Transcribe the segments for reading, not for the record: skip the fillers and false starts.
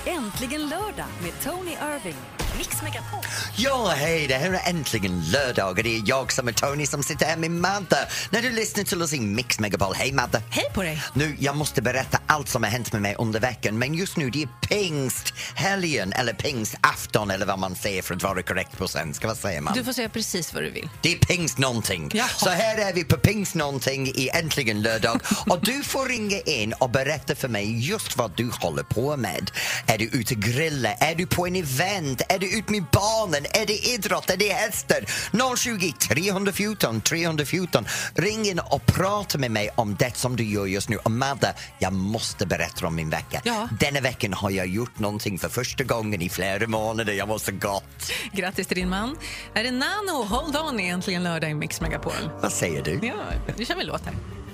Äntligen lördag med Tony Irving. Mix Megapol. Ja, hej, det här är äntligen lördag och det är jag som är Tony som sitter här med Madde. När du lyssnar till oss i Mix Megapol. Hej Madde. Hej på dig. Nu, jag måste berätta allt som har hänt med mig under veckan, men just nu det är pingsthelgen eller pingstafton eller vad man säger för att vara korrekt på svenska. Vad säger man? Du får säga precis vad du vill. Det är pingst någonting. Jaha. Så här är vi på pingst någonting i äntligen lördag och du får ringa in och berätta för mig just vad du håller på med. Är du ute och grilla? Är du på en event? Är du ute med barnen? Är det idrott? Är det hästar? 020 314 314. Ring in och prata med mig om det som du gör just nu. Och Madde, jag måste berätta om min vecka. Ja. Denna veckan har jag gjort någonting för första gången i flera månader. Jag var så gott. Grattis till din man. Här är Nano, Hold On, egentligen lördag i Mix Megapol. Vad säger du? Ja, nu kör vi låten.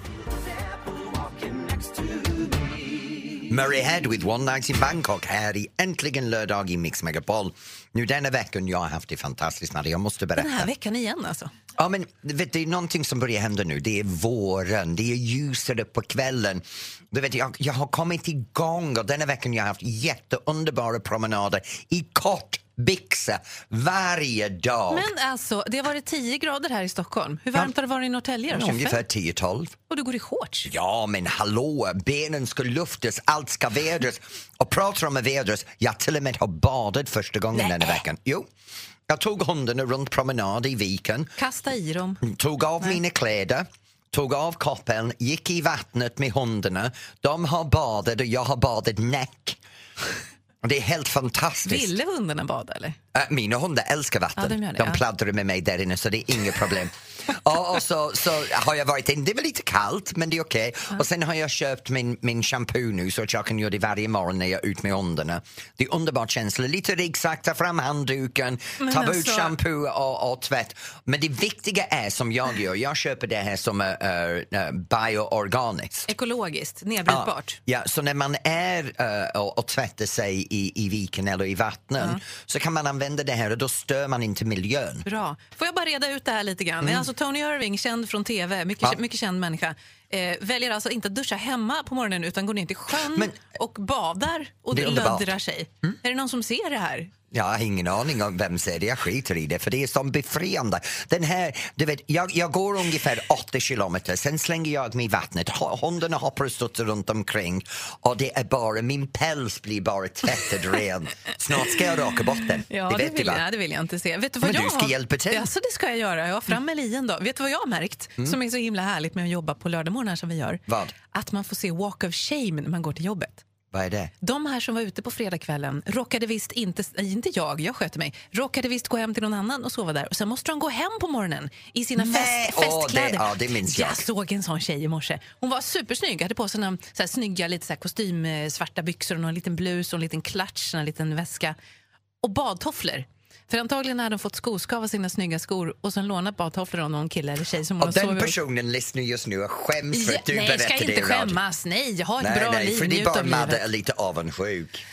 Murray Head with One Night in Bangkok här i äntligen lördag i Mix Megapol. Nu denna veckan jag har haft det fantastiskt, Maria. Jag måste berätta. Den här veckan igen alltså. Ja, men vet, det är någonting som börjar hända nu. Det är våren, det är ljusare på kvällen. Du vet, jag har kommit igång och denna veckan jag har haft jätteunderbara promenader i kort byxa varje dag. Men alltså, det har varit 10 grader här i Stockholm. Hur varmt har det varit i Norrtälje? Ungefär 10-12. Och du går i shorts? Ja, men hallå, benen ska luftas, allt ska vädras. Och pratar om att vädras, jag till och med har badat första gången den här veckan. Jo, jag tog hundarna runt promenad i viken. Kasta i dem. Tog av mina kläder. Tog av koppen, gick i vattnet med hundarna. De har badat och jag har badat näck. Det är helt fantastiskt. Ville hundarna bada eller? Mina hundar älskar vatten. Ja, de pladdrar med mig där inne så det är inget problem. och så har jag varit in. Det var lite kallt men det är okej. Och sen har jag köpt min shampoo nu så att jag kan göra det varje morgon när jag är ute med hundarna. Det är underbart känsla. Lite ryggsäck, ta fram handduken, ta ut shampoo och tvätt. Men det viktiga är som jag gör. Jag köper det här som är bioorganiskt. Ekologiskt, nedbrytbart. Ja, så när man är och tvättar sig i viken eller i vattnen så kan man använda det här och då stör man inte miljön. Bra. Får jag bara reda ut det här lite grann? Alltså Tony Irving, känd från TV, mycket känd människa, väljer alltså inte att duscha hemma på morgonen utan går ner till sjön och badar och löddrar sig. Är det någon som ser det här? Jag har ingen aning om vem säger det. Jag skiter i det för det är som befriande. Den här, du vet, jag går ungefär 8 kilometer. Sen slänger jag mig i vattnet. Hundarna hoppar och studsar runt omkring. Och det är bara, min päls blir bara tvättad ren. Snart ska jag raka bort den. Ja, det vill jag inte se. Vet du vad men du ska hjälpa till. Alltså, det ska jag göra. Jag har fram med lien då. Vet du vad jag har märkt? Som är så himla härligt med att jobba på lördagmorgnar som vi gör. Vad? Att man får se walk of shame när man går till jobbet. Vad är det? De här som var ute på fredagskvällen råkade visst inte jag sköter mig, råkade visst gå hem till någon annan och sova där. Och sen måste de gå hem på morgonen i sina festkläder. Det minns jag. Jag såg en sån tjej i morse. Hon var supersnygg, hade på sig några så här snygga lite så här kostym, svarta byxor och en liten blus och en liten klatsch, en liten väska. Och badtofflor. För antagligen hade de fått skoskav av sina snygga skor och sen lånat badtofflor av någon kille eller tjej som hon och den personen lyssnar just nu och skäms för att du berättar det. Nej, jag ska inte skämmas. Nej, jag har ett bra liv. För det är bara Madde är lite avundsjuk.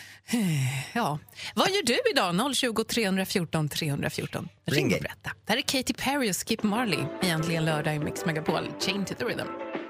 Ja. Vad gör du idag? 020 314 314. Ring och berätta. Det här är Katy Perry och Skip Marley. Egentligen lördag i Mix Megapol. Chain to the rhythm.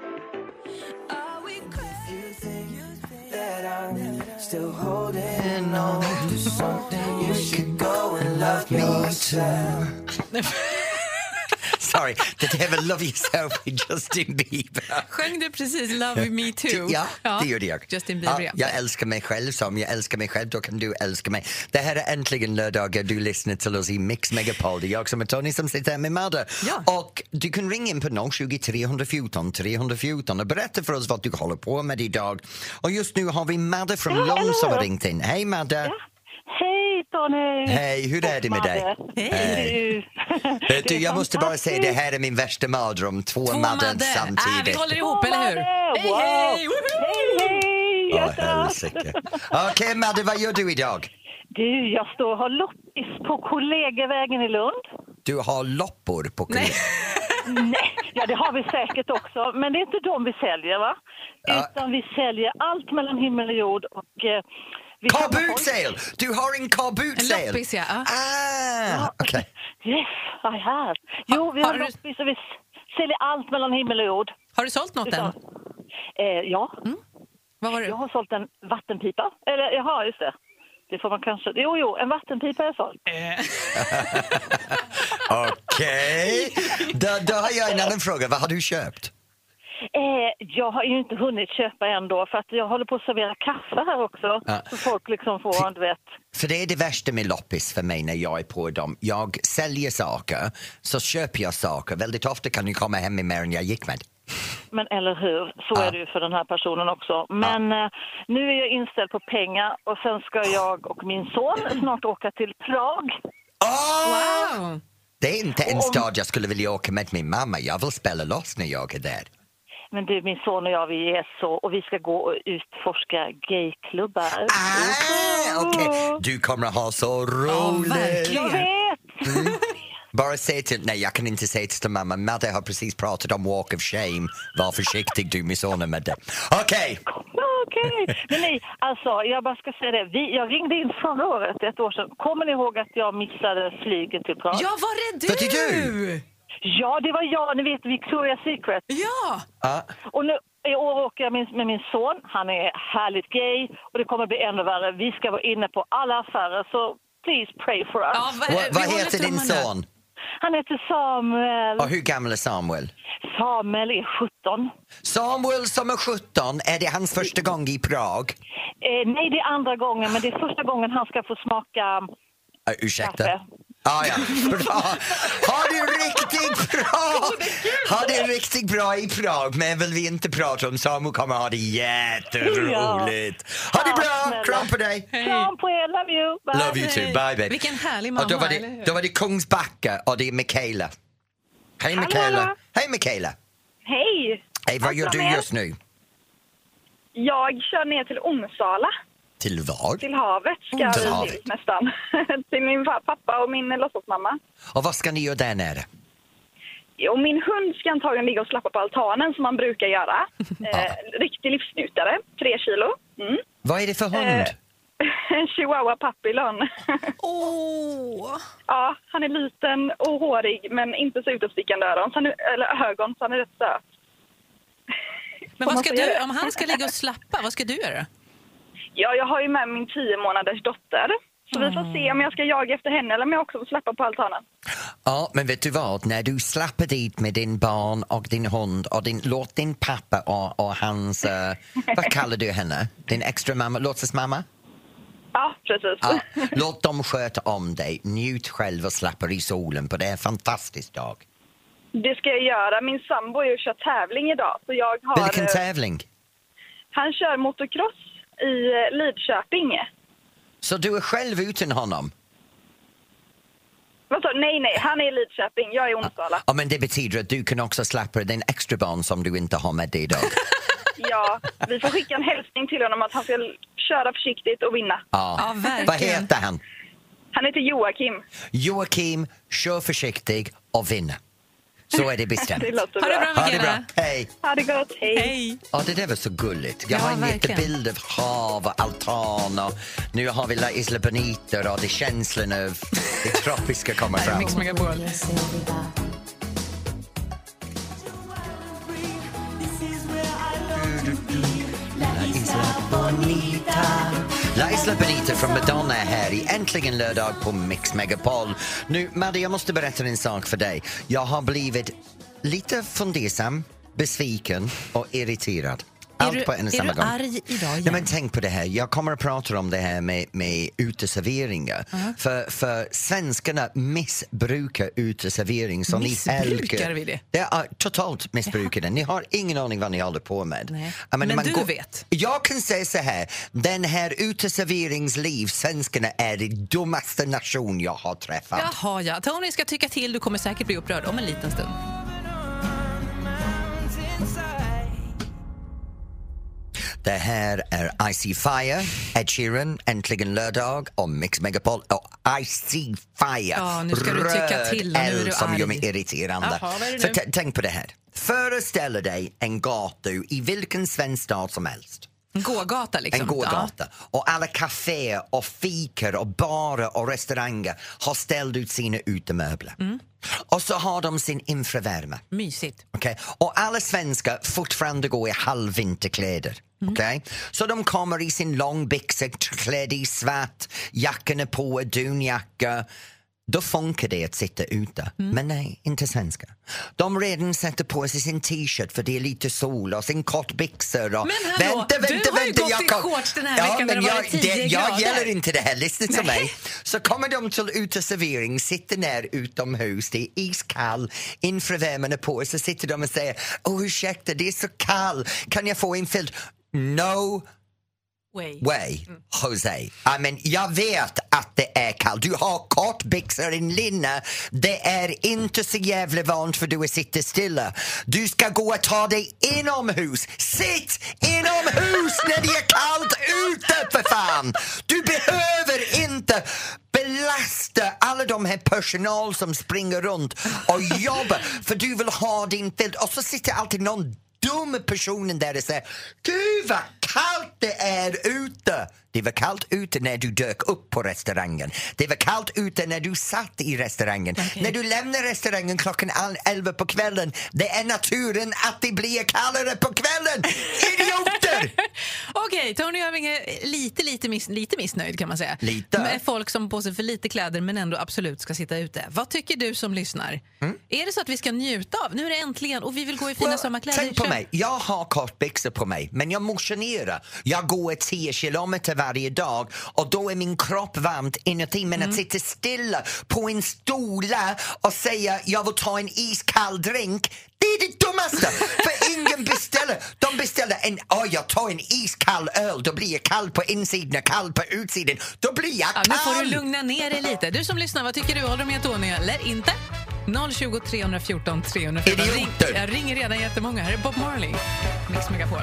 Still holding on to something. You should go and love me too. Sorry, det är väl Love Yourself i Justin Bieber. Sjöng du precis Love Me Too? Ja, det gjorde jag. Justin Bieber, ja, jag älskar mig själv som jag älskar mig själv, då kan du älska mig. Det här är äntligen lördagar, du lyssnar till oss i Mix Megapol. Det är jag som är Tony som sitter här med Madde. Ja. Och du kan ringa in på 020 314 314 och berätta för oss vad du håller på med idag. Och just nu har vi Madde från Lund som har ringt in. Hej Madde! Ja. Hej Tony! Hej, hur är det med dig? Hej! Vet du, jag måste bara säga, det här är min värsta mardröm. Två Madden samtidigt. Vi håller ihop, eller hur? Hej, hej! Helsike. Okej, Madde, vad gör du idag? Du, jag står och har loppis på Kollegevägen i Lund. Du har loppor på Nej, ja det har vi säkert också. Men det är inte de vi säljer, va? Utan vi säljer allt mellan himmel och jord och... Car-boot-sale! Du har en car-boot-sale! En loppis, ja. Okej. Yes, I have. Jo, vi har loppis och vi säljer allt mellan himmel och jord. Har du sålt något än? Ja. Vad var det? Jag har sålt en vattenpipa. Eller, jaha, just det. Det får man kanske... Jo, en vattenpipa är sålt. Okej. Då har jag en annan fråga. Vad har du köpt? Jag har ju inte hunnit köpa ändå för att jag håller på att servera kaffe här också. Ja. Så folk liksom får, du vet... För det är det värsta med loppis för mig när jag är på dem. Jag säljer saker, så köper jag saker. Väldigt ofta kan du komma hem med mer än jag gick med. Men eller hur, så är det ju för den här personen också. Men nu är jag inställd på pengar och sen ska jag och min son snart åka till Prag. Wow! Det är inte en stad jag skulle vilja åka med min mamma. Jag vill spela loss när jag är där. Men du, min son och jag, vi är så... Och vi ska gå och utforska gayklubbar. Okej. Du kommer att ha så roligt. verkligen. Jag vet! Bara säg till... Nej, jag kan inte säga till mamma. Madde har precis pratat om walk of shame. Var försiktig du med sonen med det. Okej. Men nej, alltså jag bara ska säga det. Jag ringde in förra året, ett år sedan. Kommer ni ihåg att jag missade flyget till Prag? Ja, var det du? Var det du? Ja, det var jag. Ni vet, Victoria's Secret. Ja! Och nu i år åker jag med min son. Han är härligt gay och det kommer bli ännu värre. Vi ska vara inne på alla affärer, så please pray for us. Ja, Vad heter din son? Han heter Samuel. Och hur gammal är Samuel? Samuel är 17. Samuel som är 17, är det hans första gång i Prag? Nej, det är andra gången, men det är första gången han ska få smaka Ursäkta? kaffe. Ja. Bra. Har du riktigt bra? Har du riktigt bra i Prag, men vill vi inte prata om. Samuel kommer ha det jätteroligt. Ha det bra, snälla. Kram på dig. Kram på er, love you. Bye. Love you too, bye baby. Vilken härlig mamma, Och eller hur? då var det Kungsbacka och det är Mikaela. Hej Mikaela. Hej Mikaela. Hej! Hej, vad gör du just nu? Jag kör ner till Onsala, Till vad? till havet ska Till vi havet. till nästan. Till min pappa och min låtsasmamma. Och vad ska ni göra där nere? Och min hund ska antagligen ligga och slappa på altanen som man brukar göra. Riktig livsnjutare, 3 kilo. Vad är det för hund? En chihuahua papillon. Ja, han är liten och hårig men inte så utåtstickande ögon, så han är rätt söt. Men vad ska du, om han ska ligga och slappa, vad ska du göra? Ja, jag har ju med min 10 månaders dotter. Så vi får se om jag ska jaga efter henne eller om jag också får släppa på altanen. Ja, men vet du vad? När du slappar dit med din barn och din hund och låt din pappa och hans... vad kallar du henne? Din extra mamma, låtsasmamma? Ja, precis. Ja, låt dem sköta om dig. Njut själv och slappa i solen på det är en fantastisk dag. Det ska jag göra. Min sambo är och kör tävling idag. Så jag har, Vilken tävling? Han kör motocross i Lidköping. Så du är själv utan honom? Vad sa du? Nej, han är i Lidköping. Jag är i Onsala. Ja, men det betyder att du kan också slappa din extra barn som du inte har med dig idag. Ja, vi får skicka en hälsning till honom att han ska köra försiktigt och vinna. Ja, verkligen. Vad heter han? Han heter Joakim. Joakim, kör försiktig och vinna. Så är det bestämt. Det låter Ha det bra. bra, Ha det bra. Mikaela. Hej. Ha det gott. Hej. Hej. Ja, det där var så gulligt. Jag Ja, har en verkligen. jättebild av hav och altan och nu har vi La Isla Bonita och det känslan av det tropiska kommer fram. Mix Megapol. La Isla Bonita från Madonna är här i Äntligen lördag på Mix Megapol. Nu, Madde, jag måste berätta en sak för dig. Jag har blivit lite fundersam, besviken och irriterad. Allt på en och samma gång. Är du arg idag igen? Ja, men tänk på det här. Jag kommer att prata om det här med uteserveringar. För svenskarna missbrukar uteservering. Så Missbrukar vi det? Det är totalt missbrukar det. Ni har ingen aning vad ni håller på med. Nej. Jag menar, Men du vet. Jag kan säga så här. Den här uteserveringsliv, svenskarna är det dummaste nation jag har träffat. Jaha, ja. Tony ska tycka till. Du kommer säkert bli upprörd om en liten stund. Det här är I See Fire, Ed Sheeran, Äntligen lördag och Mix Megapol och I See Fire. Ja, nu ska du tycka till och nu är du eld som arg. gör mig irriterande. Jaha, vad är det För nu? tänk på det här. Föreställ dig en gata i vilken svensk stad som helst. En gågata liksom. En gågata. Och alla kaféer och fikor och barer och restauranger har ställt ut sina utemöbler. Och så har de sin infravärme. Mysigt. Okay? Och alla svenskar fortfarande går i halvvinterkläder. Okej? Så de kommer i sin långbyxa, klädd i svart, jackorna på, dunjacka. Då funkar det att sitta ute. Men nej, inte svenskar. De redan sätter på sig sin t-shirt för det är lite sol och sin kortbyxor. Och... Men hallå, du har ju gått i shorts den här veckan när det var 10 grader. Jag gäller inte det här, lyssna till mig. Så kommer de till uteservering, sitter ner utomhus, det är iskall, infravärmarna på, så sitter de och säger ursäkta, det är så kall, kan jag få en filt? No way, Jose. Jag vet att det är kallt. Du har kortbyxor i linne. Det är inte så jävla vant för du att sitta stilla. Du ska gå och ta dig inomhus. Sitt inomhus när det är kallt ute, för fan. Du behöver inte belasta alla de här personal som springer runt och jobbar för du vill ha din filt. Och så sitter alltid någon dumma personen där och säger gud vad kallt det är ute. Det var kallt ute när du dök upp på restaurangen. Det var kallt ute när du satt i restaurangen. När du lämnar restaurangen klockan 11 på kvällen. Det är naturen att det blir kallare på kvällen. Idioter! Okej, Tony Irving är lite missnöjd kan man säga. Lite. Med folk som på sig för lite kläder men ändå absolut ska sitta ute. Vad tycker du som lyssnar? Är det så att vi ska njuta av? Nu är det äntligen och vi vill gå i fina sommarkläder. Tänk på mig, jag har kortbyxor på mig men jag motionerar. Jag går 10 kilometer varje dag och då är min kropp varmt inuti, men att sitta stilla på en stola och säga jag vill ta en iskall drink, det är det dummaste. För ingen beställer. De beställer jag tar en iskall öl, då blir jag kall på insidan, kall på utsidan, då blir jag kall. Nu får du lugna ner dig lite. Du som lyssnar, vad tycker du? Håller du med Tony eller inte? 020 314 314. Jag ringer redan jättemånga. Här är Bob Marley, Mix Megapol.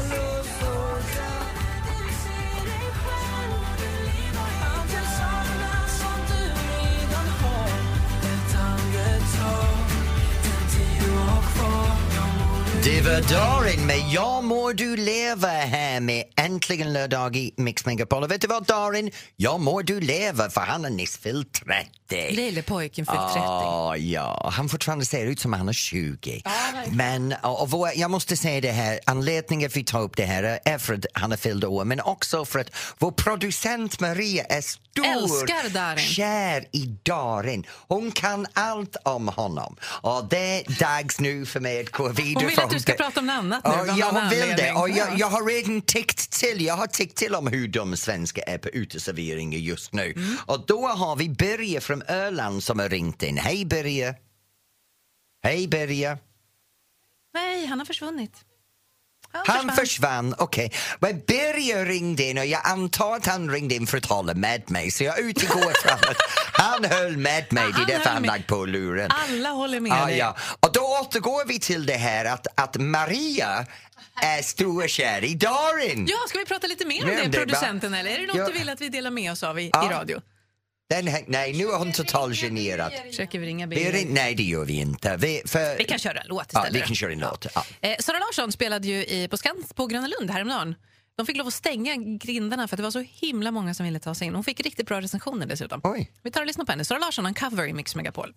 Det var Darin med Jag må du leva här med Äntligen lördag i Mix Megapol. Och vet du vad, Darin? Jag må du leva, för han har nyss fyllt 30. Lille pojken fyllt 30. Ja, han fortfarande ser ut som han är 20. Men jag måste säga det här, anledningen vi tar upp det här är för att han är fylld år, men också för att vår producent Maria är älskar Darin. Kär i Darin. Hon kan allt om honom. Och det är dags nu för mig att gå vidare. Hon vill att du ska prata om något annat nu. Jag vill det. Och jag har redan tyckt till om hur de svenska är på uteserveringar just nu. Och då har vi Birger från Öland som har ringt in. Hej Birger. Hej Birger. Nej, han har försvunnit. Han försvann, okej. Men Birger ringde in och jag antar att han ringde in för att hålla med mig. Så jag utgår från att han höll med mig. Det är därför han lagt på luren. Alla håller med dig. Ja. Och då återgår vi till det här att Maria är storkär i Darin. Ja, ska vi prata lite mer om det, producenten? Eller är det något du vill att vi delar med oss av i radio? Nej, nu är hon totalt generad. Försöker vi ringa Birger? Nej, det gör vi inte. Vi kan köra en låt istället. Ja, vi kan köra en låt. Ja. Sara Larsson spelade ju på Skans på Gröna Lund häromdagen. De fick lov att stänga grindarna för att det var så himla många som ville ta sig in. Hon fick riktigt bra recensioner dessutom. Oj. Vi tar och lyssnar på henne. Sara Larsson, en cover i Mix Megapol.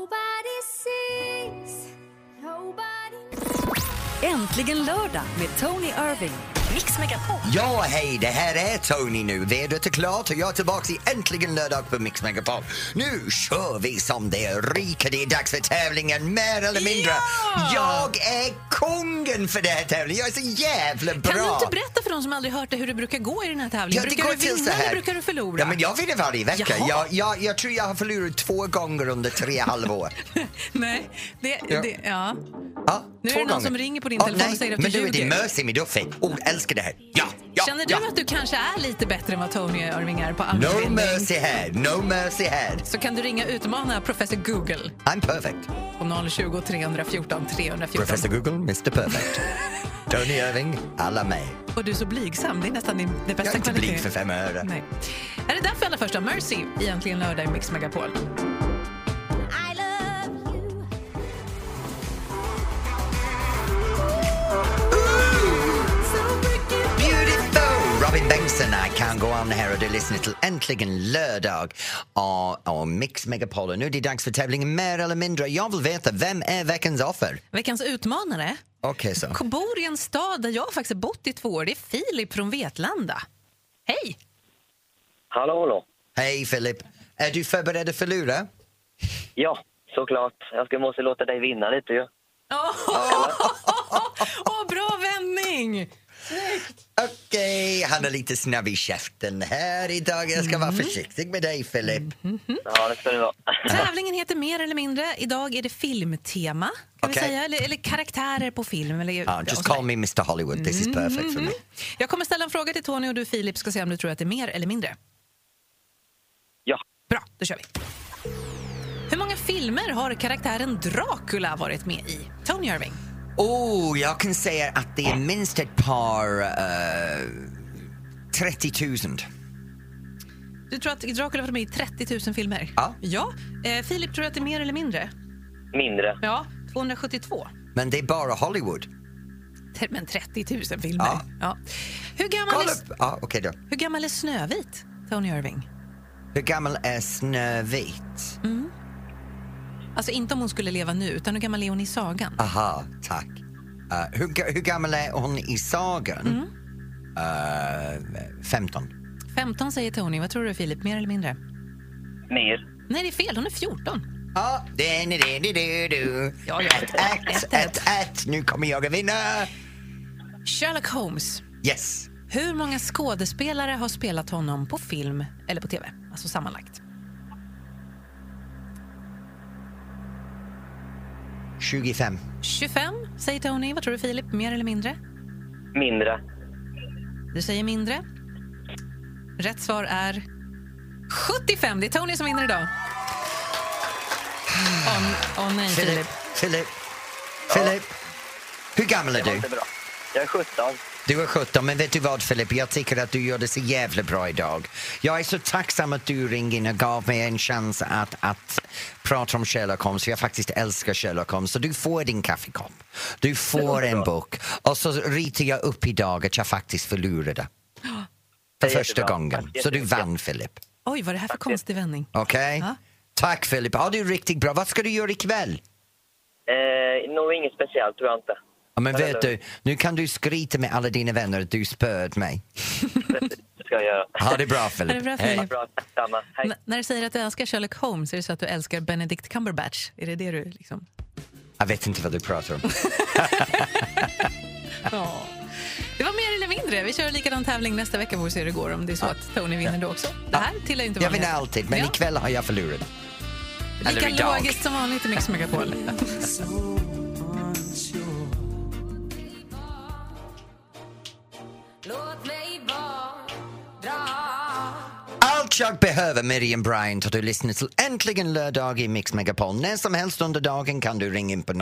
Äntligen lördag med Tony Irving. Mix Megapol. Ja, hej, det här är Tony nu. Vädret är klart och jag är tillbaka i Äntligen lördag på Mix Megapol. Nu kör vi som det är rika. Det är dags för tävlingen, mer eller mindre. Ja! Jag är kungen för den här tävlingen. Jag är så jävla bra. Kan du inte berätta för de som aldrig hört det hur det brukar gå i den här tävlingen? Ja, brukar du vinna eller brukar du förlora? Ja, men jag vinner varje vecka. Jag tror jag har förlorat 2 gånger under 3 halvår. Nej, Ja, nu är 2 det någon gånger. som ringer på din telefon och säger att du ljuger. Men du är din Mercy, min Duffy. Älskar det här. Ja. Känner du att du kanske är lite bättre än vad Tony Irving är på användning? No mercy här. Så kan du ringa och utmana Professor Google. I'm perfect. På 020 314 314. Professor Google, Mr. Perfect. Tony Irving, alla mig. Och du är så blygsam, det är nästan det bästa kvalitet. Jag är inte blyg för 5 öre. Nej. Är det därför allra första Mercy egentligen lördag i Mix Megapol? Robin Bengtsson, I can't go on här och du lyssnar till Äntligen lördag och Mix Megapol. Nu är det dags för tävlingen mer eller mindre. Jag vill veta, vem är veckans offer? Veckans utmanare Okej, så. Bor i en stad där jag faktiskt har bott i 2 år. Det är Filip från Vetlanda. Hej! Hallå. Hej Filip. Är du förberedd för lura? Ja, såklart. Jag måste låta dig vinna lite ju. Bra vändning! Okej, han är lite snabb i käften här idag. Jag ska vara försiktig med dig, Filip. Ja, det ska det vara. Tävlingen heter Mer eller mindre. Idag är det filmtema, kan vi säga. Eller karaktärer på film. Eller, Just call me Mr. Hollywood. This is perfect for me. Jag kommer ställa en fråga till Tony och du, Filip, ska se om du tror att det är mer eller mindre. Ja. Bra, då kör vi. Hur många filmer har karaktären Dracula varit med i? Tony Irving. Jag kan säga att det är minst ett par 30 000. Du tror att Dracula varit med i 30 000 filmer? Ja. Filip, tror du att det är mer eller mindre? Mindre. Ja, 272. Men det är bara Hollywood. Men 30 000 filmer. Ja. Hur gammal är Snövit, Tony Irving? Hur gammal är Snövit? Alltså inte om hon skulle leva nu, utan hur gammal är hon i sagan? Aha, tack. Hur gammal är hon i sagan? 15. 15 säger Tony. Vad tror du, Filip? Mer eller mindre? Mer. Nej, det är fel. Hon är 14. Ja, Ja. 1-1. Nu kommer jag att vinna. Sherlock Holmes. Yes. Hur många skådespelare har spelat honom på film eller på tv? Alltså sammanlagt. 25. 25 säger Tony. Vad tror du, Filip? Mer eller mindre? Mindre. Du säger mindre. Rätt svar är 75. Det är Tony som vinner idag. Nej, Filip. Filip. Hur gammal är du? Jag är 17. Du är 17, men vet du vad, Filip? Jag tycker att du gör det så jävla bra idag. Jag är så tacksam att du ringde in och gav mig en chans att prata om Sherlock Holmes. Jag faktiskt älskar Sherlock Holmes. Så du får din kaffekopp. Du får en bok. Och så ritar jag upp idag att jag faktiskt förlorade. För första gången. Så du vann, Filip. Oj, vad är det här för konstig vändning? Okej. Ja. Tack, Filip. Ja, det är riktigt bra. Vad ska du göra ikväll? Nog inget speciellt, tror jag inte. Ja, men vet du, nu kan du skryta med alla dina vänner att du spöd mig. Det ska jag göra. Ja, det är bra, Filip. Är det bra, Filip? Bra, samma. Hej. När du säger att du älskar Sherlock Holmes, är det så att du älskar Benedict Cumberbatch? Är det du liksom... Jag vet inte vad du pratar om. Det var mer eller mindre. Vi kör likadan tävling nästa vecka, får vi se hur det går, om det är så att Tony vinner då också. Det här tillhör inte Jag vanligt. vinner alltid, men ikväll har jag förlorat. Lika idag. logiskt som vanligt i Mix Megapol. Allt jag behöver, Miriam Bryant, och du lyssnar till Äntligen lördag i Mix Megapol. När som helst under dagen kan du ringa in på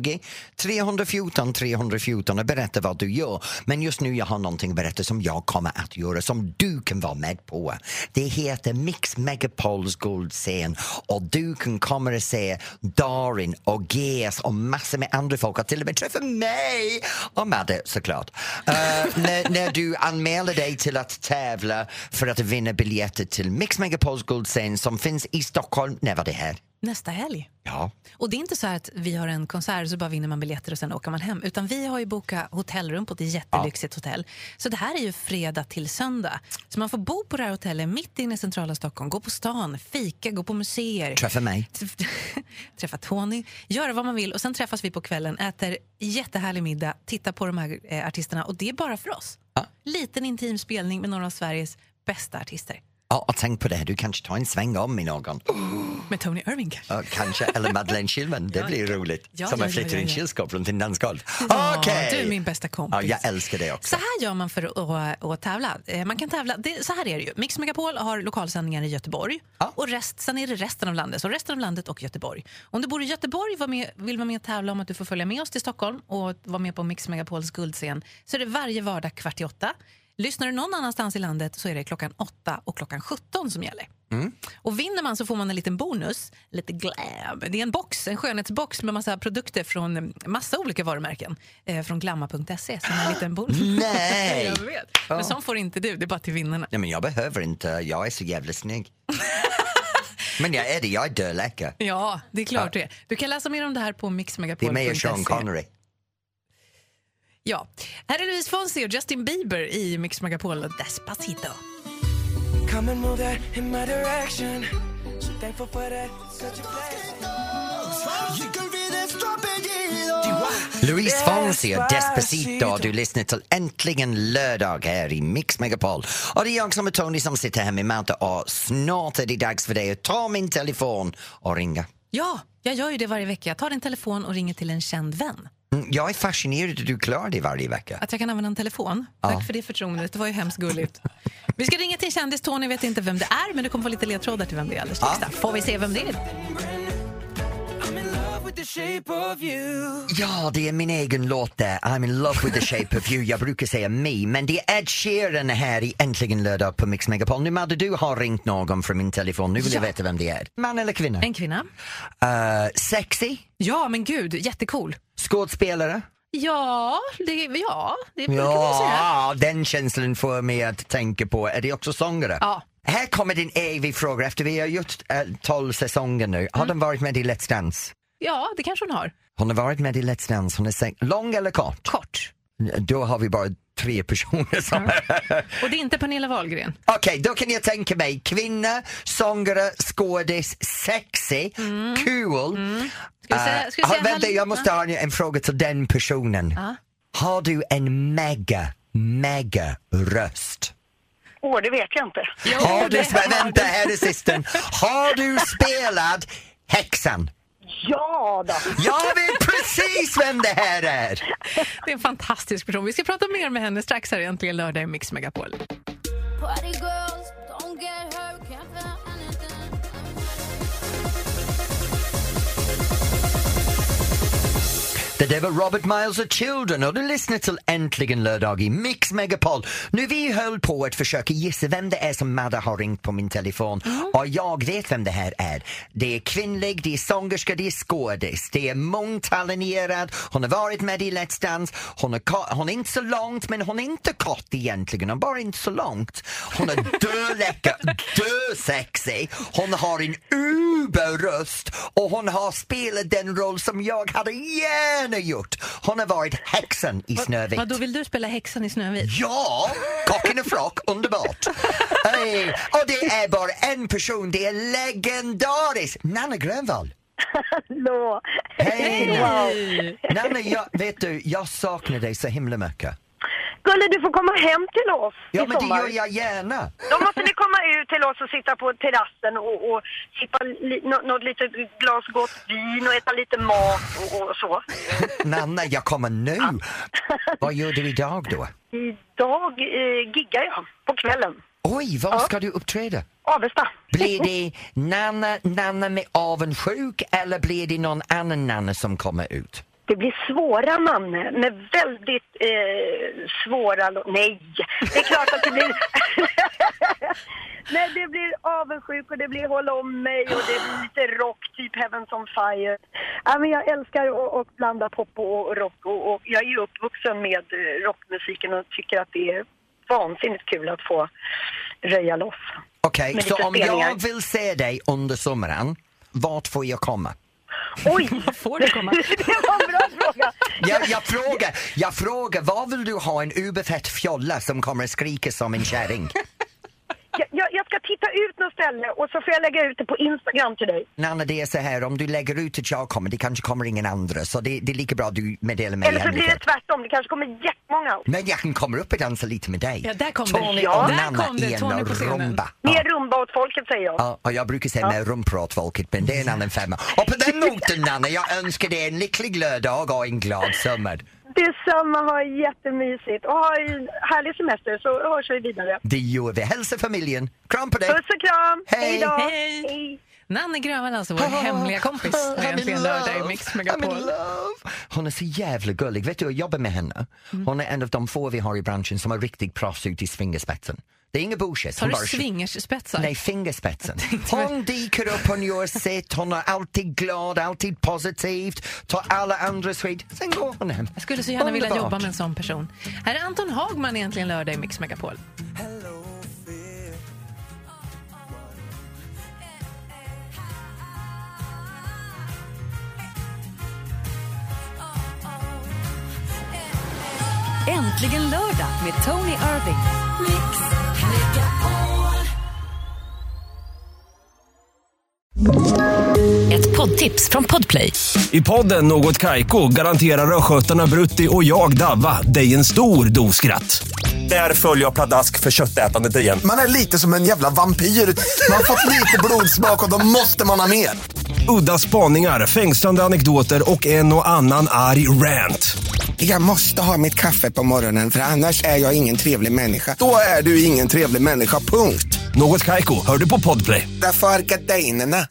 020-314 314 och berätta vad du gör. Men just nu jag har någonting att berätta som jag kommer att göra, som du kan vara med på. Det heter Mix Megapols guldscen och du kan komma och se Darin och Ges och massor med andra folk och till och med träffa mig och Madde, såklart. När du anmäler dig till att tävla för att vinna biljetter till Mix Megapols guldscen som finns i Stockholm. När var det här? Nästa helg. Ja. Och det är inte så att vi har en konsert så bara vinner man biljetter och sen åker man hem. Utan vi har ju bokat hotellrum på ett jättelyxigt hotell. Så det här är ju fredag till söndag. Så man får bo på det här hotellet mitt inne i centrala Stockholm. Gå på stan, fika, gå på museer. Träffa mig. Träffa Tony. Göra vad man vill. Och sen träffas vi på kvällen, äter jättehärlig middag, tittar på de här artisterna. Och det är bara för oss. Ja. Liten intim spelning med några av Sveriges bästa artister. Ja, och tänk på det här, du kanske tar en sväng om i någon. Med Tony Irving kanske. Ja, kanske, eller Madeleine Schillman, det blir roligt. Som en flyttar in kylskåp runt en dansgolv. Okej. Du är min bästa kompis. Ja, jag älskar det också. Så här gör man för att tävla. Man kan tävla, så här är det ju. Mix Megapol har lokalsändningar i Göteborg. Och sen är det resten av landet. Så resten av landet och Göteborg. Om du bor i Göteborg vill vara med och tävla om att du får följa med oss till Stockholm och vara med på Mix Megapols guldscen, så är det varje vardag 7:45. Lyssnar du någon annanstans i landet så är det 8 och 17 som gäller. Och vinner man så får man en liten bonus, lite glam. Det är en box, en skönhetsbox med massa produkter från massa olika varumärken. Från glamma.se, som är en liten bonus. Nej! Jag vet. Men sån får inte du, det är bara till vinnarna. Nej, men jag behöver inte, jag är så jävla snygg. Men jag är döläcker. Ja, det är klart det. Du kan läsa mer om det här på mixmegapol.se. Det är med Sean Connery. Ja, här är Luis Fonsi och Justin Bieber i Mix Megapol och Despacito. Come and move that in my direction. So thankful for that, such a blessing. You can be this Luis Fonsi och Despacito. Du lyssnar till Äntligen lördag här i Mix Megapol. Och det är jag som är Tony som sitter här med Madde och snart är det dags för dig att ta min telefon och ringa. Ja, jag gör ju det varje vecka. Jag tar din telefon och ringer till en känd vän. Jag är fascinerad att du klarar det varje vecka. Att jag kan använda en telefon. Tack för det förtroendet, det var ju hemskt gulligt. Vi ska ringa till en kändis, Tony vet inte vem det är, men du kommer få lite ledtrådar till vem det är alldeles strax. Får vi se vem det är? Ja, det är min egen låt där. I'm in love with the shape of you. Jag brukar säga me, men det är Ed Sheeran här i Äntligen lördag på Mix Megapol. Nu Madde, du har ringt någon från min telefon. Nu vill jag veta vem det är. Man eller kvinna? En kvinna. Sexy? Ja, men gud, jättecool. Skådespelare? Ja, det kan man säga. Ja, den känslan får mig att tänka på. Är det också sångare? Ja. Här kommer din evig fråga. Efter vi har gjort 12 säsonger nu. Har den varit med i Let's Dance? Ja, det kanske hon har. Hon har varit med i Let's Dance. Hon är lång eller kort? Kort. Då har vi bara 3 personer som... Och det är inte Pernilla Wahlgren. Okej, då kan jag tänka mig kvinna, sångare, skådis, sexy, cool. Ska vi säga vänta, jag måste ha en fråga till den personen. Har du en mega röst? Det vet jag inte. Har du, vänta, här är sisten. Har du spelat Häxan? Ja då. Jag vet precis vem det här är. Det är en fantastisk person. Vi ska prata mer med henne strax här egentligen lördag i Mix Megapol. Det var Robert Miles och Children och du lyssnar till Äntligen lördag i Mix Megapol. Nu vi höll på att försöka gissa vem det är som Madde har ringt på min telefon. Och jag vet vem det här är. Det är kvinnlig, det är sångerska, det är skådis. Det är mångtalenterad. Hon har varit med i Let's Dance. Hon är inte så långt, men hon är inte kort egentligen. Hon är bara inte så långt. Hon är döläcker, dösexy. Hon har en uberröst och hon har spelat den roll som jag hade gärna gjort. Hon har varit häxan i Snövit. Vad då vill du spela häxan i Snövit? Ja, kocken och flock, underbart. Hey, och det är bara en person, det är legendariskt. Nanna Grönvall. Hallå. Hej. Wow. Nanna, vet du, jag saknar dig så himla mycket. Skulle du få komma hem till oss Ja, i men sommar? det gör jag gärna. Då måste ni komma ut till oss och sitta på terrassen och sippa något litet glas gott vin och äta lite mat och så. Nanna, jag kommer nu. Vad gör du idag då? Idag giggar jag på kvällen. Oj, vad ska du uppträda? Avesta. Blir det Nanna med avundsjuk eller blir det någon annan Nanna som kommer ut? Det blir svåra namn med väldigt svåra... Nej, det är klart att det blir... Nej, det blir avundsjuk och det blir hålla om mig och det blir lite rock, typ Heavens on Fire. Ja, men jag älskar att blanda pop och rock och jag är ju uppvuxen med rockmusiken och tycker att det är vansinnigt kul att få röja loss. Okej, så om jag vill se dig under sommaren, vart får jag komma? Oj, får du komma? Det var en bra fråga. Jag frågar, vad vill du ha en uberfett fjolla som kommer att skrika som en kärring? Jag ska titta ut något ställe och så får jag lägga ut det på Instagram till dig. Nanna, det är så här, om du lägger ut att jag kommer, det kanske kommer ingen andra, så det är lika bra du meddelar mig. Eller så blir det tvärtom, det kanske kommer jättemånga. Men jag kan komma upp och dansa lite med dig. Ja, där kom Tony det. och Där Nanna kom det, i en Tony på scenen. rumba. Mer rumba åt folket, säger jag. Ja, och jag brukar säga mer rumpor åt folket, men det är en annan femma. Och på den noten, Nanna, jag önskar dig en lycklig lördag och en glad sommar. Detsamma, ha jättemysigt och ha en härlig semester så hörs vi vidare. Det gör vi. Hälsa familjen. Kram på dig. Puss och kram. Hej. Då. Hej. Hej. Nanna Grönvall, alltså vår hemliga kompis. I'm Egentligen in lördag i love. Mix I'm in Megapol. love. Hon är så jävla gullig. Vet du, jag jobbar med henne. Hon är en av de få vi har i branschen som har riktigt proffs ut i fingerspetsen. Det är ingen bullshit. Har du swingersspetsar? Nej, fingerspetsen. Hon dyker upp, hon gör sitt, hon är alltid glad, alltid positivt, tar alla andras skit, sen går hon hem. Jag skulle så gärna vilja Underbart. jobba med en sån person. Här är Anton Hagman egentligen lördag i Mix Megapol. Äntligen lördag med Tony Irving. Ett poddtips från Podplay. I podden Något Kaiko garanterar röskötarna Brutti och jag Davva dig en stor doskratt. Där följer jag pladask för köttätandet igen. Man är lite som en jävla vampyr. Man har fått lite blodsmak och då måste man ha mer. Udda spaningar, fängslande anekdoter och en och annan arg rant. Jag måste ha mitt kaffe på morgonen för annars är jag ingen trevlig människa. Då är du ingen trevlig människa, punkt. Något Kaiko, hör du på Podplay. Därför är gardinerna.